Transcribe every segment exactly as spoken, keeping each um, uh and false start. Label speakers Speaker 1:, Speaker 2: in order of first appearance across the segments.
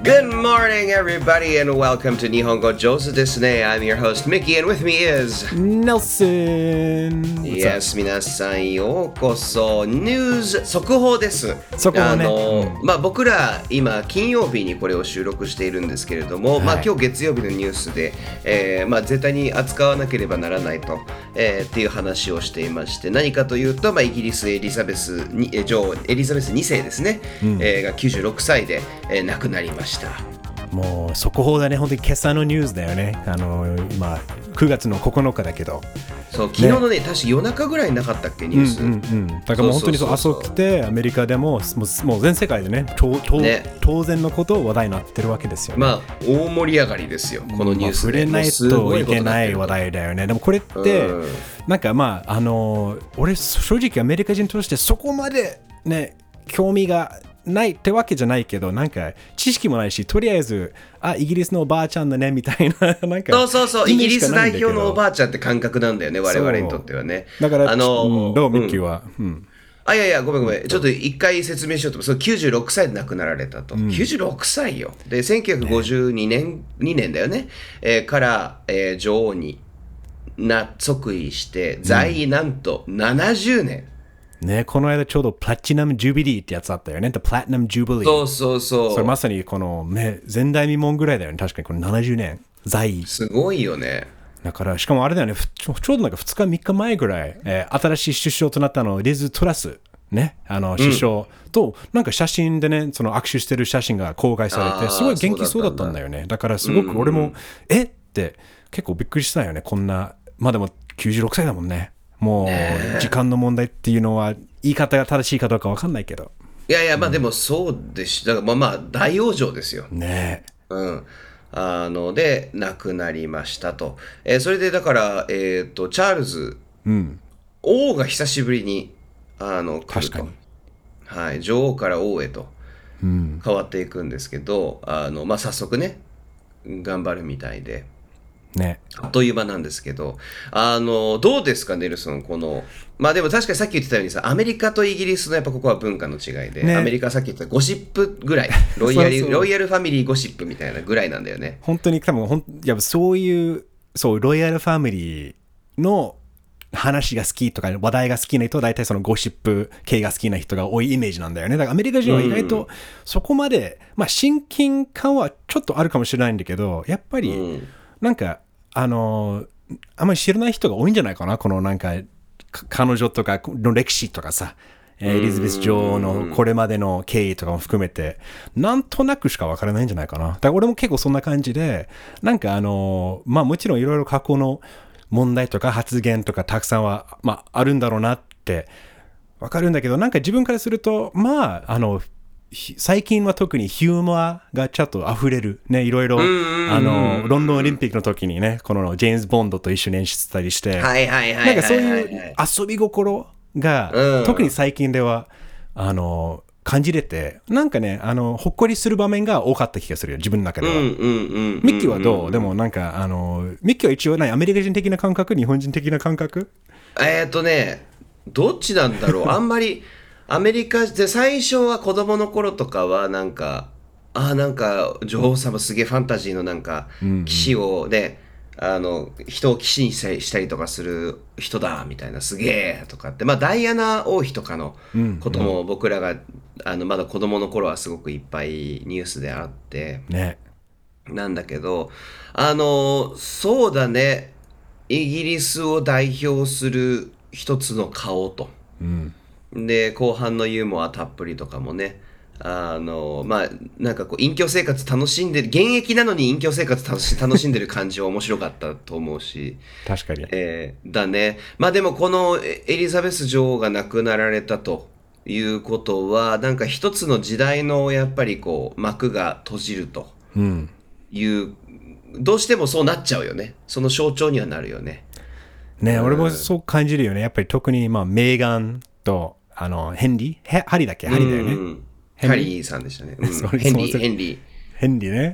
Speaker 1: Good morning, everybody, and welcome to 日本語上手ですね。I'm your host, Mickey, and with me is
Speaker 2: Nelson.
Speaker 1: Yes, 皆さんようこそ。ニュース速報です。
Speaker 2: 速報ね。
Speaker 1: あの、
Speaker 2: うん、
Speaker 1: まあ僕ら今金曜日にこれを収録しているんですけれども、はい、まあ今日月曜日のニュースで、えー、まあ絶対に扱わなければならないと、えー、っていう話をしていまして、何かというと、まあイギリスエリザベスに女王エリザベスにせいですね、うん、えー、がきゅうじゅうろくさいで、えー、亡くなりました。
Speaker 2: もう速報だね。本当に今朝のニュースだよね。あの今くがつのここのかだけど、
Speaker 1: そう昨日のね、ね、確か夜中ぐらいなかったっけニュース、
Speaker 2: うんうんうん、だからもう本当にそう朝起きてアメリカでももう全世界でね、ね、当然のことを話題になってるわけですよね。
Speaker 1: まあ大盛り上がりですよこのニュースで、
Speaker 2: まあ、触れないといけない話題だよね。でもこれって、うん、なんかまああの俺正直アメリカ人としてそこまでね興味がないってわけじゃないけど、なんか知識もないし、とりあえずあイギリスのおばあちゃんだねみたいな、なんか
Speaker 1: そうそうそうイギリス代表のおばあちゃんって感覚なんだよね我々にとってはね。
Speaker 2: だから
Speaker 1: あの、
Speaker 2: うん、どうミッキーは、うんうん、
Speaker 1: あいやいやごめんごめん、ちょっと一回説明しようと。そうきゅうじゅうろくさいで亡くなられたと、うん、きゅうじゅうろくさいよ。でせんきゅうひゃくごじゅうにねん、ね、にねんだよね、えー、から、えー、女王にな即位して在位なんとななじゅうねん、うん
Speaker 2: ね、この間ちょうどプラチナムジュビリーってやつあったよね。プラチナムジュビリー。
Speaker 1: そうそうそう。
Speaker 2: それまさにこの、ね、前代未聞ぐらいだよね。確かにこのななじゅうねん在位。
Speaker 1: すごいよね。
Speaker 2: だからしかもあれだよね。ちょ、ちょうどなんかふつかみっかまえぐらい、えー、新しい首相となったのリズ・トラスね、あの首相、うん、となんか写真でね、その握手してる写真が公開されて、すごい元気そうだったんだよね。だからすごく俺も、うんうん、えって結構びっくりしたよね。こんなまあでもきゅうじゅうろくさいだもんね。もう時間の問題っていうのは言い方が正しいかどうか分かんないけど、
Speaker 1: いやいやまあでもそうでし、だからまあまあ大往生ですよ
Speaker 2: ね。
Speaker 1: うんあので亡くなりましたと、えー、それでだからえっ、ー、とチャールズ、うん、王が久しぶりにあの来ると、確かに、はい、女王から王へと変わっていくんですけど、うん、あのまあ早速ね頑張るみたいで
Speaker 2: ね、
Speaker 1: あっという間なんですけど、あのどうですかネルソン、このまあでも確かにさっき言ってたようにさ、アメリカとイギリスのやっぱここは文化の違いで、ね、アメリカはさっき言ったゴシップぐらいロイヤルそうそうロイヤルファミリーゴシップみたいなぐらいなんだよね。
Speaker 2: 本当に多分ほんやっぱそういうそうロイヤルファミリーの話が好きとか話題が好きな人は大体そのゴシップ系が好きな人が多いイメージなんだよね。だからアメリカ人は意外とそこまで、うん、まあ親近感はちょっとあるかもしれないんだけど、やっぱり、うん、なんかあのあんまり知らない人が多いんじゃないかな。このなんか彼女とかの歴史とかさ、エリザベス女王のこれまでの経緯とかも含めてなんとなくしか分からないんじゃないかな。だから俺も結構そんな感じで、なんかあのまあもちろんいろいろ過去の問題とか発言とかたくさんは、まあ、あるんだろうなって分かるんだけど、なんか自分からするとまああの最近は特にヒューモアがちょっと溢れるね。いろいろあのロンドンオリンピックの時にね、このジェームズ・ボンドと一緒に演出したりして、なんかそういう遊び心が、うん、特に最近ではあの感じれて、なんかねあのほっこりする場面が多かった気がするよ自分の中では。ミッキーはどう？でもなんかあのミッキーは一応何アメリカ人的な感覚、日本人的な感覚？
Speaker 1: えーっとねどっちなんだろうあんまりアメリカで最初は子供の頃とかはなんかあなんか女王様すげえファンタジーのなんか騎士をね、うんうん、あの人を騎士にしたりとかする人だみたいなすげえとかって、まあダイアナ王妃とかのことも僕らがあのまだ子供の頃はすごくいっぱいニュースであって
Speaker 2: ね、
Speaker 1: なんだけど、あのそうだねイギリスを代表する一つの顔と、うんで後半のユーモアたっぷりとかもね、あのまあなんかこう隠居生活楽しんでる、現役なのに隠居生活楽し楽しんでる感じは面白かったと思うし
Speaker 2: 確かに、
Speaker 1: えー、だね。まあでもこのエリザベス女王が亡くなられたということはなんか一つの時代のやっぱりこう幕が閉じるという、うん、どうしてもそうなっちゃうよね。その象徴にはなるよね。
Speaker 2: ね、うん、俺もそう感じるよね。やっぱり特にまあメーガンとあのヘンリーハリーだっけ、ハリーだよね、うん、
Speaker 1: ハリーさんでしたね、うん、ヘンリーヘンリー
Speaker 2: ヘンリーね。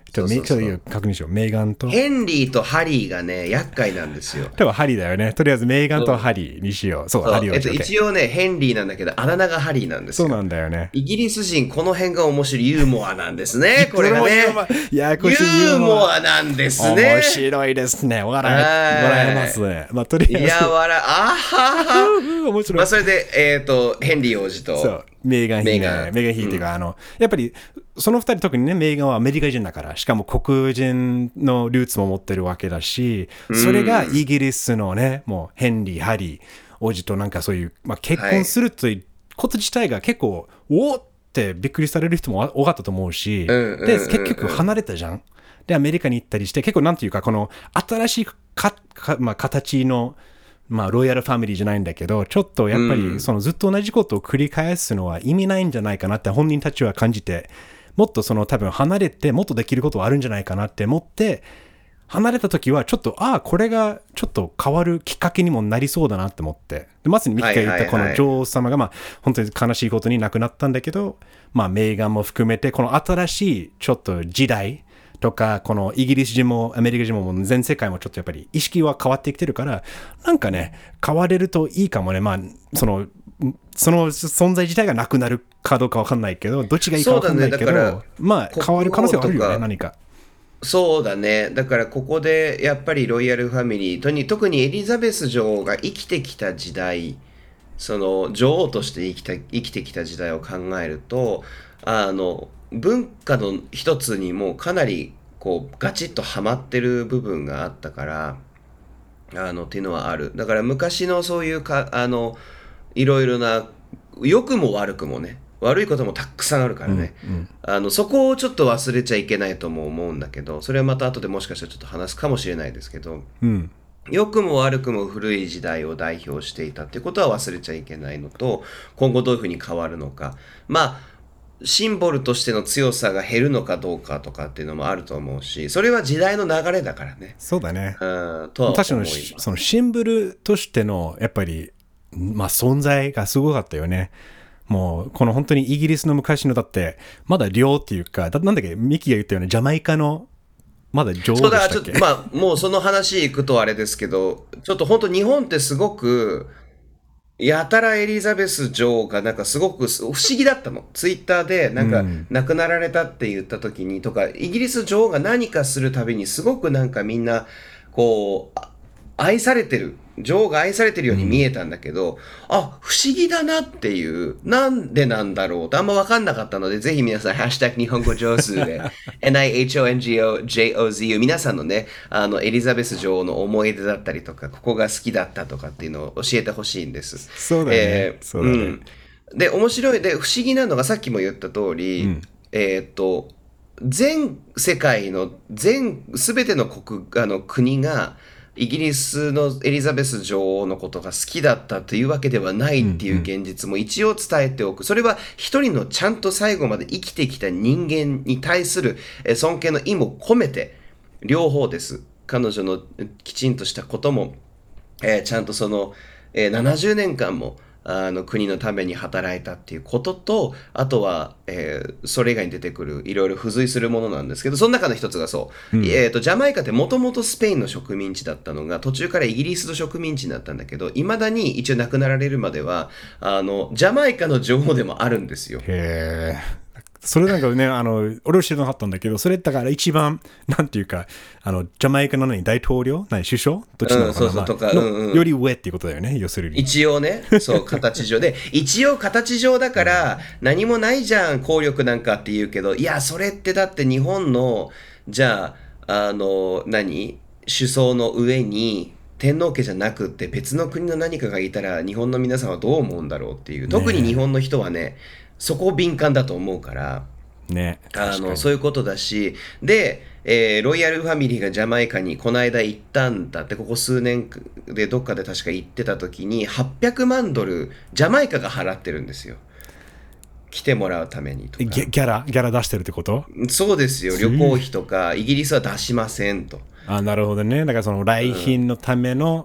Speaker 2: ちょっとめちょっと確認しよう。メーガンと。
Speaker 1: ヘンリーとハリーがね、厄介なんですよ。
Speaker 2: 多分ハリーだよね。とりあえずメーガンとハリーにしよう。そう、
Speaker 1: そう
Speaker 2: ハリーを、
Speaker 1: えっと、一応ね、ヘンリーなんだけど、あだ名がハリーなんですよ。
Speaker 2: そうなんだよね。
Speaker 1: イギリス人、この辺が面白いユーモアなんですね。これがね。
Speaker 2: いや、こ
Speaker 1: ユーモアなんですね。
Speaker 2: 面白いですね。笑え、笑えますね。まあ、とりあえず。
Speaker 1: いや、笑え、あはは。
Speaker 2: 面白い。
Speaker 1: まあ、それで、えっと、ヘンリー王子と。
Speaker 2: そう。メーガン妃ね。メーガン妃っていうか、あの、やっぱり、その二人特にね、メーガンはアメリカ人だから、しかも黒人のルーツも持ってるわけだし、それがイギリスのね、もうヘンリー、ハリー王子となんかそういう、まあ、結婚するということ自体が結構、おーってびっくりされる人も多かったと思うし、で、結局離れたじゃん。で、アメリカに行ったりして、結構なんていうか、この新しいかか、まあ、形の、まあ、ロイヤルファミリーじゃないんだけど、ちょっとやっぱり、そのずっと同じことを繰り返すのは意味ないんじゃないかなって本人たちは感じて、もっとその多分離れてもっとできることはあるんじゃないかなって思って、離れた時はちょっと、ああ、これがちょっと変わるきっかけにもなりそうだなって思って。でまさにミキが言ったこの女王様が、まあ、本当に悲しいことに亡くなったんだけど、まあ、メーガンも含めて、この新しいちょっと時代、とか、このイギリス人もアメリカ人も全世界もちょっとやっぱり意識は変わってきてるから、なんかね、変われるといいかもね。まあ、その、その存在自体がなくなるかどうかわかんないけど、どっちがいいかわかんないけど、ね、まあ、変わる可能性はあるよね、何か。
Speaker 1: そうだね。だからここでやっぱりロイヤルファミリー、とに特にエリザベス女王が生きてきた時代、その女王として生きた生きてきた時代を考えると、あの、文化の一つにもかなりこうガチッとはまってる部分があったからあのっていうのはある。だから昔のそういうかあのいろいろな良くも悪くもね悪いこともたくさんあるからね、うんうん、あのそこをちょっと忘れちゃいけないとも思うんだけど、それはまた後でもしかしたらちょっと話すかもしれないですけど、うん、良くも悪くも古い時代を代表していたっていうことは忘れちゃいけないのと、今後どういうふうに変わるのか、まあシンボルとしての強さが減るのかどうかとかっていうのもあると思うし、それは時代の流れだからね。
Speaker 2: そうだね。
Speaker 1: うん、とは思います。
Speaker 2: 確かにそのシンボルとしてのやっぱり、まあ、存在がすごかったよね。もうこの本当にイギリスの昔のだってまだ領っていうか、だなんだっけミキが言ったようなジャマイカのまだ女王でしたっけ。そうだからちょっと
Speaker 1: まあもうその話いくとあれですけど、ちょっと本当日本ってすごくやたらエリザベス女王がなんかすごく不思議だったの。ツイッターでなんか亡くなられたって言った時にとか、イギリス女王が何かするたびにすごくなんかみんなこう愛されてる、女王が愛されてるように見えたんだけど、うん、あ、不思議だなっていう、なんでなんだろうってあんま分かんなかったので、ぜひ皆さん、ハッシュタグ日本語上手で、エヌアイエイチオーエヌジーオージェイオーゼットユー、皆さんのね、あの、エリザベス女王の思い出だったりとか、ここが好きだったとかっていうのを教えてほしいんです。
Speaker 2: そうだね。えー、そうだね、うん。
Speaker 1: で、面白い、で、不思議なのがさっきも言った通り、うん、えー、っと、全世界の、全、すべての国、あの、国が、イギリスのエリザベス女王のことが好きだったというわけではないっていう現実も一応伝えておく。それは一人のちゃんと最後まで生きてきた人間に対する尊敬の意も込めて両方です。彼女のきちんとしたことも、えー、ちゃんとその、えー、ななじゅうねんかんもあの国のために働いたっていうことと、あとは、えー、それ以外に出てくるいろいろ付随するものなんですけど、その中の一つがそう、うん、えーと、ジャマイカってもともとスペインの植民地だったのが途中からイギリスの植民地になったんだけど、いまだに一応亡くなられるまではあのジャマイカの女王でもあるんですよ。
Speaker 2: へー、それなんかね、あの俺は知らなかったんだけど、それだから一番なんていうか、あのジャマイカの何大統領、何首相どっちなのかな、うん、そうそうとか、うんうん、より上っていうことだよね、要するに。
Speaker 1: 一応ね、そう形上で一応形上だから何もないじゃん効力なんかって言うけど、いやそれってだって日本のじゃああの何首相の上に天皇家じゃなくって別の国の何かがいたら日本の皆さんはどう思うんだろうっていう、特に日本の人はねそこ敏感だと思うから、
Speaker 2: ね、
Speaker 1: あのそういうことだし、で、えー、ロイヤルファミリーがジャマイカにこの間行ったんだって、ここ数年でどっかで確か行ってた時にはっぴゃくまんドルジャマイカが払ってるんですよ、来てもらうためにとか。
Speaker 2: ギャ、ギャラギャラ出してるってこと？
Speaker 1: そうですよ、旅行費とかイギリスは出しませんと。
Speaker 2: あ、なるほどね。だからその来賓のための、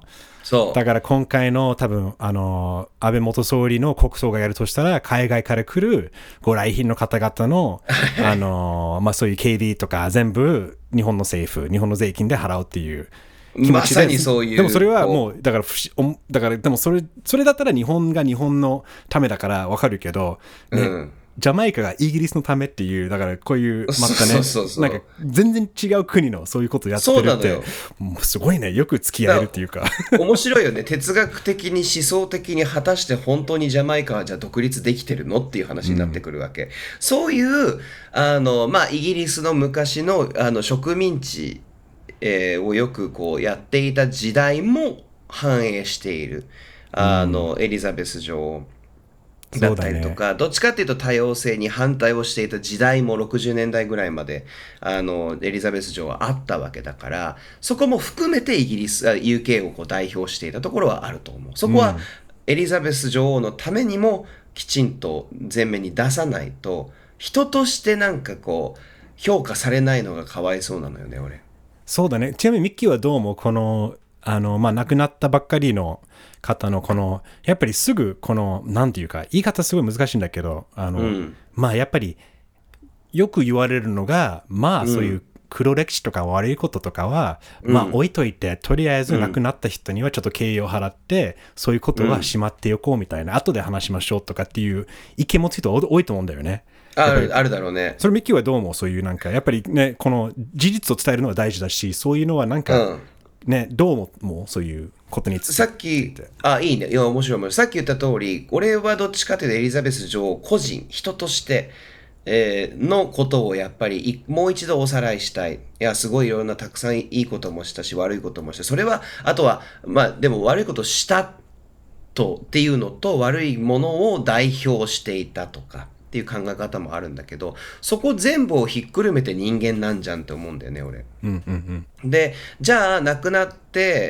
Speaker 1: そう
Speaker 2: だから今回の多分あの安倍元総理の国葬がやるとしたら、海外から来るご来賓の方々のあの、まあ、そういう警備とか全部日本の政府、日本の税金で払うっていう気持ちで、
Speaker 1: まさにそういう。
Speaker 2: でもそれはもうだから不思だからでもそれそれだったら日本が日本のためだからわかるけど、ね、うん、ジャマイカがイギリスのためっていう、だからこういうまたね、なんか全然違う国のそういうことやってるって、もうすごいね、よく付き合えるっていうか
Speaker 1: 面白いよね。哲学的に思想的に果たして本当にジャマイカはじゃあ独立できてるのっていう話になってくるわけ、うん、そういうあの、まあ、イギリスの昔の、あの植民地、えー、をよくこうやっていた時代も反映している、あの、うん、エリザベス女王だったりとか、ね、どっちかっていうと多様性に反対をしていた時代もろくじゅうねんだいぐらいまであのエリザベス女王はあったわけだから、そこも含めてイギリス ユーケー をこう代表していたところはあると思う。そこはエリザベス女王のためにもきちんと前面に出さないと、人としてなんかこう評価されないのがかわいそうなのよね、俺。
Speaker 2: そうだね。ちなみにミッキーはどうもこのあの、まあ、亡くなったばっかりの方のこのやっぱりすぐこのなんていうか言い方すごい難しいんだけど、あの、うん、まあやっぱりよく言われるのが、まあそういう黒歴史とか悪いこととかは、うん、まあ置いといて、とりあえず亡くなった人にはちょっと敬意を払って、うん、そういうことはしまっておこうみたいな、うん、後で話しましょうとかっていう意見持つ人多いと思うんだよね。
Speaker 1: ある、あるだろうね。
Speaker 2: それミッキーはどうもそういうなんかやっぱりね、この事実を伝えるのは大事だし、そういうのはなんか、うんね、どうももうそういうことについて。
Speaker 1: さっき、あ、いいね。いや、面白い面白い。さっき言った通り、俺はどっちかというとエリザベス女王個人、人として、えー、のことをやっぱりもう一度おさらいしたい。いや、すごいいろんなたくさんいいこともしたし、悪いこともした。それは、あとは、まあ、でも悪いことしたとっていうのと、悪いものを代表していたとか。っていう考え方もあるんだけど、そこ全部をひっくるめて人間なんじゃんって思うんだよね、俺。
Speaker 2: うんうん
Speaker 1: うん、で、じゃあ亡くなって、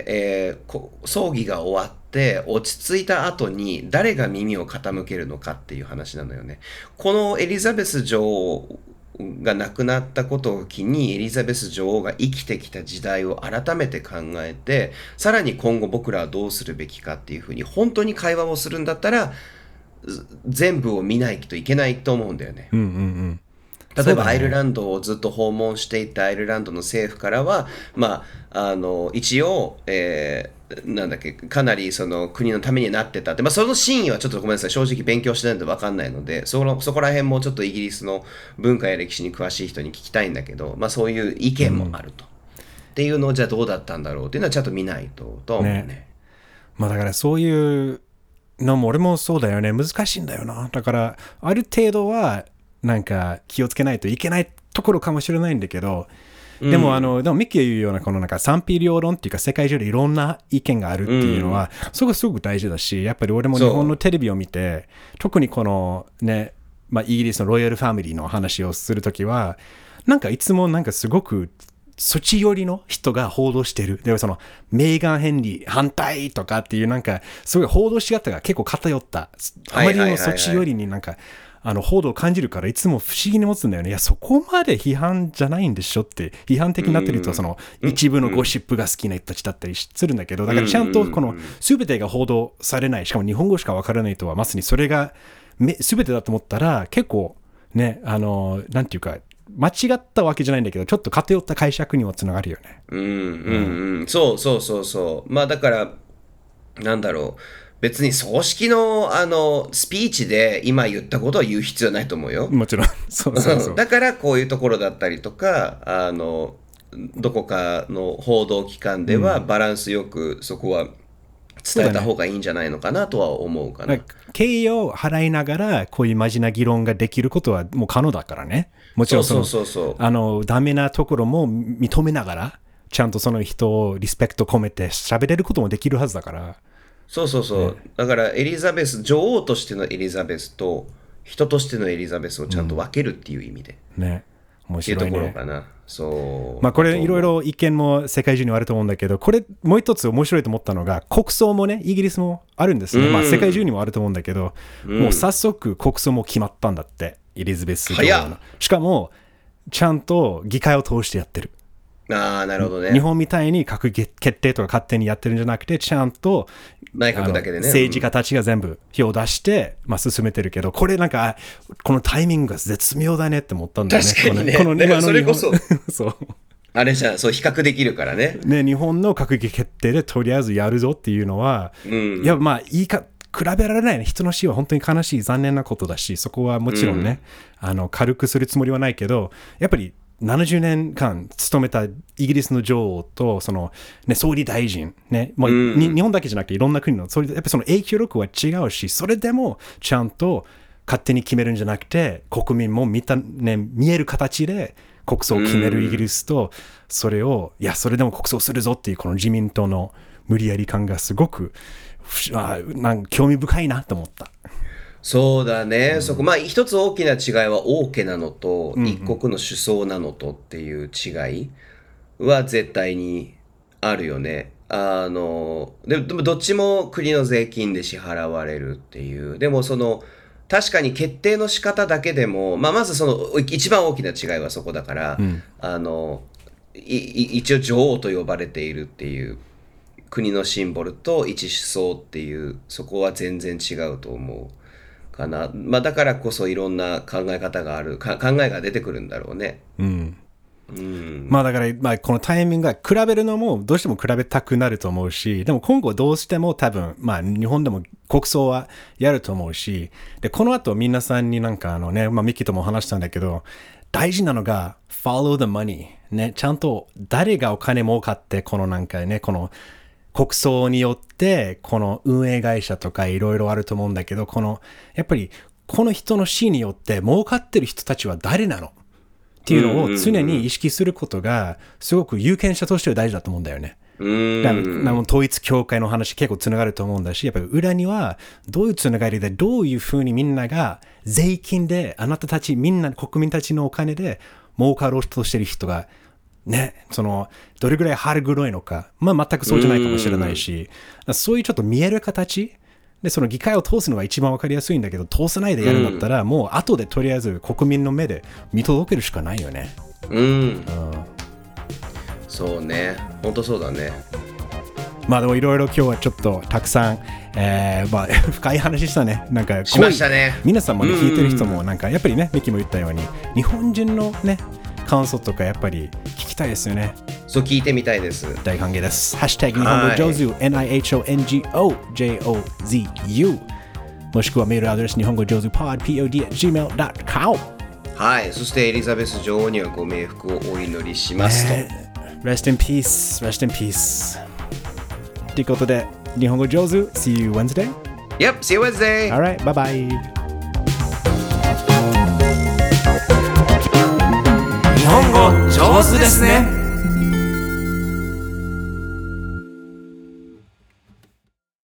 Speaker 1: えー、葬儀が終わって落ち着いた後に誰が耳を傾けるのかっていう話なのよね。このエリザベス女王が亡くなったことを機にエリザベス女王が生きてきた時代を改めて考えて、さらに今後僕らはどうするべきかっていうふうに本当に会話をするんだったら全部を見ないといけないと思うんだよね。
Speaker 2: うんうんうん、
Speaker 1: 例えば、ね、アイルランドをずっと訪問していたアイルランドの政府からは、まあ、あの一応、えー、なんだっけかなりその国のためになってたって、まあ、その真意はちょっとごめんなさい、正直勉強してないので分かんないので、そのそこら辺もちょっとイギリスの文化や歴史に詳しい人に聞きたいんだけど、まあ、そういう意見もあると、うん、っていうのをじゃあどうだったんだろうっていうのはちゃんと見ないとと思うね。ね、
Speaker 2: まあ、だからそういうのも俺もそうだよね。難しいんだよな。だからある程度はなんか気をつけないといけないところかもしれないんだけど、でも、うん、あのでもミッキーが言うようなこのなんか賛否両論っていうか世界中でいろんな意見があるっていうのは、うん、そこがすごく大事だし、やっぱり俺も日本のテレビを見て特にこのね、まあ、イギリスのロイヤルファミリーの話をするときはなんかいつもなんかすごくそっち寄りの人が報道してる。でもそのメーガン・ヘンリー反対とかっていうなんかすごい報道し方が結構偏った。あまりにもそっち寄りになんかあの報道を感じるからいつも不思議に持つんだよね。いやそこまで批判じゃないんでしょって、批判的になってるとその一部のゴシップが好きな人たちだったりするんだけど、だからちゃんとこの全てが報道されない、しかも日本語しかわからない人はまさにそれが全てだと思ったら結構ね、あのなんていうか間違ったわけじゃないんだけどちょっと偏った解釈にもつながるよね。
Speaker 1: うんうんうん、そうそうそうそう。まあだからなんだろう、別に葬式のあのスピーチで今言ったことを言う必要ないと思うよ。
Speaker 2: もちろんそうそうそう
Speaker 1: だからこういうところだったりとか、あのどこかの報道機関ではバランスよくそこは伝えた方がいいんじゃないのかなとは思うかな。
Speaker 2: 敬意を払いながらこういうマジな議論ができることはもう可能だからね。もちろんその
Speaker 1: そうそうそうそう、
Speaker 2: あのダメなところも認めながらちゃんとその人をリスペクト込めて喋れることもできるはずだから。
Speaker 1: そうそうそう、ね、だからエリザベス女王としてのエリザベスと人としてのエリザベスをちゃんと分けるっていう意味で、
Speaker 2: うん、ね、面白いね。
Speaker 1: っていうところかな。そう、
Speaker 2: まあこれいろいろ意見も世界中にあると思うんだけど、これもう一つ面白いと思ったのが国葬もね、イギリスもあるんですね、うん、まあ世界中にもあると思うんだけど、うん、もう早速国葬も決まったんだって、エリザベス女王の。しかもちゃんと議会を通してやってる。
Speaker 1: ああ、なるほどね。
Speaker 2: 日本みたいに閣議決定とか勝手にやってるんじゃなくて、ちゃんと
Speaker 1: 内閣だけでね。
Speaker 2: 政治家たちが全部票を出して、まあ、進めてるけど、これなんか、このタイミングが絶妙だねって思ったんだよね。
Speaker 1: 確かにね。
Speaker 2: この
Speaker 1: だからそれこそ、
Speaker 2: そう。
Speaker 1: あれじゃん、そう比較できるからね。
Speaker 2: ね、日本の閣議決定でとりあえずやるぞっていうのは、うん、いや、まあ、いいか、比べられないね。人の死は本当に悲しい、残念なことだし、そこはもちろんね、うん、あの軽くするつもりはないけど、やっぱりななじゅうねんかん務めたイギリスの女王とその、ね、総理大臣、ねもううん、日本だけじゃなくていろんな国の、それやっぱその影響力は違うし、それでもちゃんと勝手に決めるんじゃなくて、国民も見た、ね、見える形で国葬を決めるイギリスと、それを、いや、それでも国葬するぞっていうこの自民党の無理やり感がすごく、あ、なんか興味深いなと思った。
Speaker 1: そうだね、うん、そこまあ一つ大きな違いは王家なのと、うんうん、一国の首相なのとっていう違いは絶対にあるよね。あのでもどっちも国の税金で支払われるっていう。でもその確かに決定の仕方だけでも、まあ、まずその一番大きな違いはそこだから、うん、あのい一応女王と呼ばれているっていう国のシンボルと一首相っていう、そこは全然違うと思うかな。まあ、だからこそいろんな考え方がある、か考えが出てくるんだろうね。
Speaker 2: うんうん、まあだから、まあ、このタイミングが比べるのもどうしても比べたくなると思うし、でも今後どうしても多分、まあ日本でも国葬はやると思うし、で、この後皆さんになんかあのね、まあミキとも話したんだけど、大事なのが follow the money ね、ちゃんと誰がお金儲かってこのなんかね、この国葬によってこの運営会社とかいろいろあると思うんだけど、このやっぱりこの人の死によって儲かってる人たちは誰なのっていうのを常に意識することがすごく有権者としては大事だと思うんだよね。うんだから統一教会の話結構つながると思うんだし、やっぱり裏にはどういうつながりでどういうふうにみんなが税金であなたたちみんな国民たちのお金で儲かろうとしてる人がね、そのどれぐらい腹黒いのか、まあ全くそうじゃないかもしれないし、そういうちょっと見える形でその議会を通すのが一番わかりやすいんだけど、通さないでやるんだったら、うん、もう後でとりあえず国民の目で見届けるしかないよね。
Speaker 1: うん、うん、そうね、本当そうだね。
Speaker 2: まあでもいろいろ今日はちょっとたくさん、えーまあ、深い話したね。なんか
Speaker 1: しましたね。
Speaker 2: 皆さんも、ね、聞いてる人もなんかやっぱりね、ミキも言ったように日本人のね感想とかやっぱり聞きたいですよね。
Speaker 1: そう聞いてみたいです。
Speaker 2: 大歓迎です。ハッシュタグ日本語上手 エヌアイエイチオーエヌジーオージェーオーゼーユー もしくはメールアドレス日本語上手 pod アット ジーメールドットコム
Speaker 1: はい。そしてエリザベス女王にはご冥福をお祈りしますと、え
Speaker 2: ー、Rest in peace Rest in peace ということで日本語上手 See you Wednesday
Speaker 1: Yep See you Wednesday
Speaker 2: Alright bye bye
Speaker 3: 日本語上手ですね。